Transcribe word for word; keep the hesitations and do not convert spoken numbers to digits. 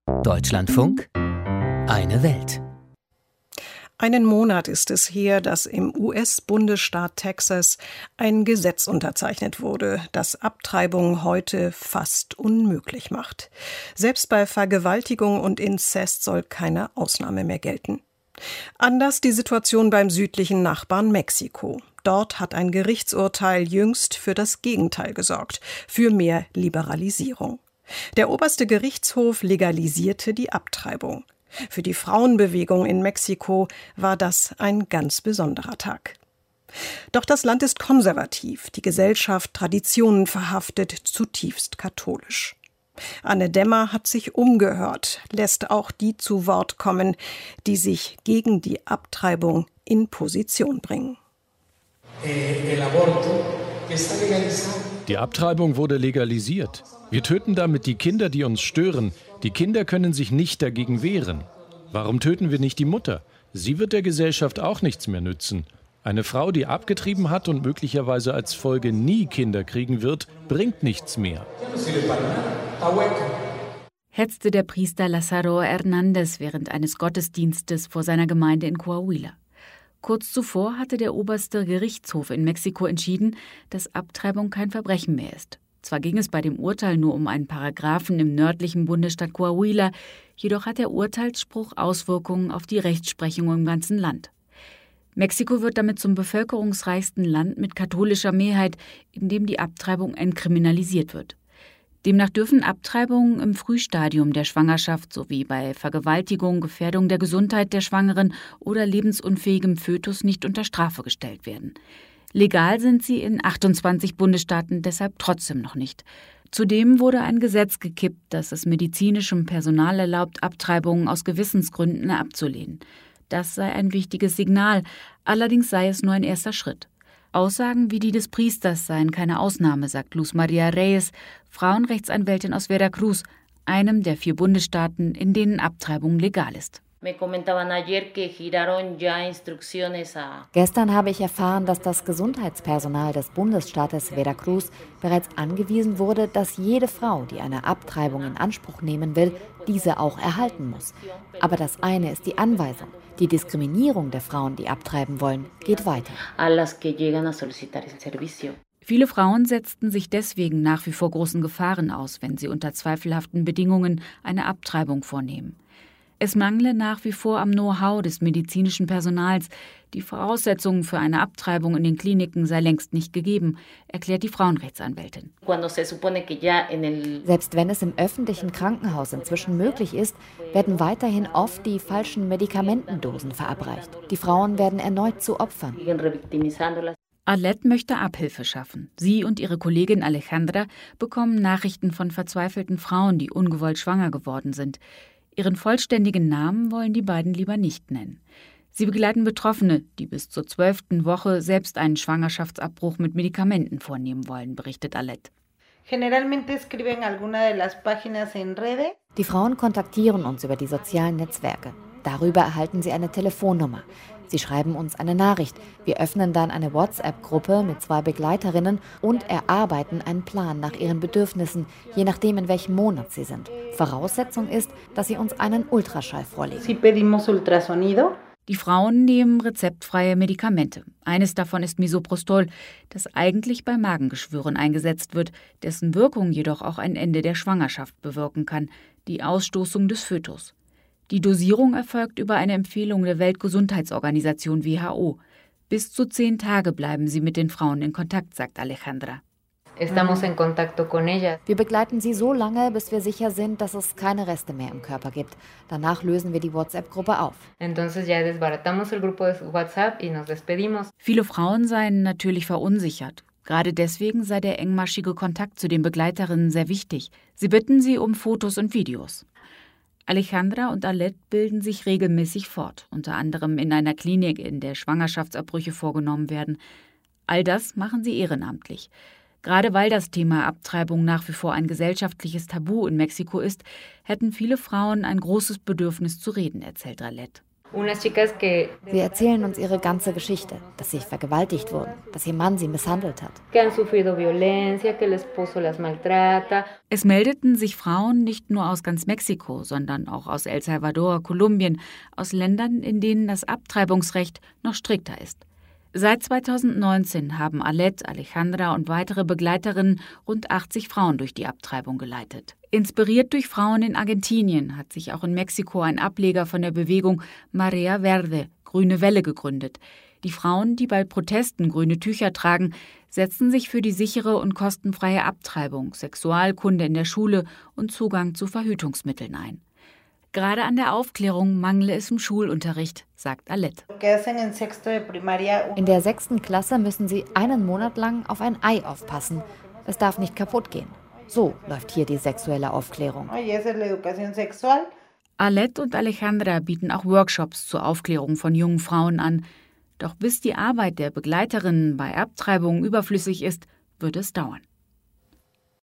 Deutschlandfunk, eine Welt. Einen Monat ist es her, dass im U S-Bundesstaat Texas ein Gesetz unterzeichnet wurde, das Abtreibung heute fast unmöglich macht. Selbst bei Vergewaltigung und Inzest soll keine Ausnahme mehr gelten. Anders die Situation beim südlichen Nachbarn Mexiko. Dort hat ein Gerichtsurteil jüngst für das Gegenteil gesorgt, für mehr Liberalisierung. Der oberste Gerichtshof legalisierte die Abtreibung. Für die Frauenbewegung in Mexiko war das ein ganz besonderer Tag. Doch das Land ist konservativ, die Gesellschaft Traditionen verhaftet, zutiefst katholisch. Anne Dämmer hat sich umgehört, lässt auch die zu Wort kommen, die sich gegen die Abtreibung in Position bringen. Die Abtreibung wurde legalisiert. Wir töten damit die Kinder, die uns stören. Die Kinder können sich nicht dagegen wehren. Warum töten wir nicht die Mutter? Sie wird der Gesellschaft auch nichts mehr nützen. Eine Frau, die abgetrieben hat und möglicherweise als Folge nie Kinder kriegen wird, bringt nichts mehr. Hetzte der Priester Lázaro Hernández während eines Gottesdienstes vor seiner Gemeinde in Coahuila. Kurz zuvor hatte der oberste Gerichtshof in Mexiko entschieden, dass Abtreibung kein Verbrechen mehr ist. Zwar ging es bei dem Urteil nur um einen Paragraphen im nördlichen Bundesstaat Coahuila, jedoch hat der Urteilsspruch Auswirkungen auf die Rechtsprechung im ganzen Land. Mexiko wird damit zum bevölkerungsreichsten Land mit katholischer Mehrheit, in dem die Abtreibung entkriminalisiert wird. Demnach dürfen Abtreibungen im Frühstadium der Schwangerschaft sowie bei Vergewaltigung, Gefährdung der Gesundheit der Schwangeren oder lebensunfähigem Fötus nicht unter Strafe gestellt werden. Legal sind sie in achtundzwanzig Bundesstaaten deshalb trotzdem noch nicht. Zudem wurde ein Gesetz gekippt, das es medizinischem Personal erlaubt, Abtreibungen aus Gewissensgründen abzulehnen. Das sei ein wichtiges Signal, allerdings sei es nur ein erster Schritt. Aussagen wie die des Priesters seien keine Ausnahme, sagt Luz Maria Reyes, Frauenrechtsanwältin aus Veracruz, einem der vier Bundesstaaten, in denen Abtreibung legal ist. Gestern habe ich erfahren, dass das Gesundheitspersonal des Bundesstaates Veracruz bereits angewiesen wurde, dass jede Frau, die eine Abtreibung in Anspruch nehmen will, diese auch erhalten muss. Aber das eine ist die Anweisung. Die Diskriminierung der Frauen, die abtreiben wollen, geht weiter. Viele Frauen setzten sich deswegen nach wie vor großen Gefahren aus, wenn sie unter zweifelhaften Bedingungen eine Abtreibung vornehmen. Es mangle nach wie vor am Know-how des medizinischen Personals. Die Voraussetzungen für eine Abtreibung in den Kliniken sei längst nicht gegeben, erklärt die Frauenrechtsanwältin. Selbst wenn es im öffentlichen Krankenhaus inzwischen möglich ist, werden weiterhin oft die falschen Medikamentendosen verabreicht. Die Frauen werden erneut zu Opfern. Alette möchte Abhilfe schaffen. Sie und ihre Kollegin Alejandra bekommen Nachrichten von verzweifelten Frauen, die ungewollt schwanger geworden sind. Ihren vollständigen Namen wollen die beiden lieber nicht nennen. Sie begleiten Betroffene, die bis zur zwölften Woche selbst einen Schwangerschaftsabbruch mit Medikamenten vornehmen wollen, berichtet Alette. Die Frauen kontaktieren uns über die sozialen Netzwerke. Darüber erhalten sie eine Telefonnummer. Sie schreiben uns eine Nachricht. Wir öffnen dann eine WhatsApp-Gruppe mit zwei Begleiterinnen und erarbeiten einen Plan nach ihren Bedürfnissen, je nachdem, in welchem Monat sie sind. Voraussetzung ist, dass sie uns einen Ultraschall vorlegen. Die Frauen nehmen rezeptfreie Medikamente. Eines davon ist Misoprostol, das eigentlich bei Magengeschwüren eingesetzt wird, dessen Wirkung jedoch auch ein Ende der Schwangerschaft bewirken kann, die Ausstoßung des Fötus. Die Dosierung erfolgt über eine Empfehlung der Weltgesundheitsorganisation W H O. Bis zu zehn Tage bleiben sie mit den Frauen in Kontakt, sagt Alejandra. Wir begleiten sie so lange, bis wir sicher sind, dass es keine Reste mehr im Körper gibt. Danach lösen wir die WhatsApp-Gruppe auf. Viele Frauen seien natürlich verunsichert. Gerade deswegen sei der engmaschige Kontakt zu den Begleiterinnen sehr wichtig. Sie bitten sie um Fotos und Videos. Alejandra und Alette bilden sich regelmäßig fort, unter anderem in einer Klinik, in der Schwangerschaftsabbrüche vorgenommen werden. All das machen sie ehrenamtlich. Gerade weil das Thema Abtreibung nach wie vor ein gesellschaftliches Tabu in Mexiko ist, hätten viele Frauen ein großes Bedürfnis zu reden, erzählt Alette. Sie erzählen uns ihre ganze Geschichte, dass sie vergewaltigt wurden, dass ihr Mann sie misshandelt hat. Es meldeten sich Frauen nicht nur aus ganz Mexiko, sondern auch aus El Salvador, Kolumbien, aus Ländern, in denen das Abtreibungsrecht noch strikter ist. Seit zweitausendneunzehn haben Alet, Alejandra und weitere Begleiterinnen rund achtzig Frauen durch die Abtreibung geleitet. Inspiriert durch Frauen in Argentinien hat sich auch in Mexiko ein Ableger von der Bewegung Marea Verde, Grüne Welle, gegründet. Die Frauen, die bei Protesten grüne Tücher tragen, setzen sich für die sichere und kostenfreie Abtreibung, Sexualkunde in der Schule und Zugang zu Verhütungsmitteln ein. Gerade an der Aufklärung mangle es im Schulunterricht, sagt Alet. In der sechsten Klasse müssen sie einen Monat lang auf ein Ei aufpassen. Es darf nicht kaputt gehen. So läuft hier die sexuelle Aufklärung. Alet und Alejandra bieten auch Workshops zur Aufklärung von jungen Frauen an. Doch bis die Arbeit der Begleiterinnen bei Abtreibungen überflüssig ist, wird es dauern.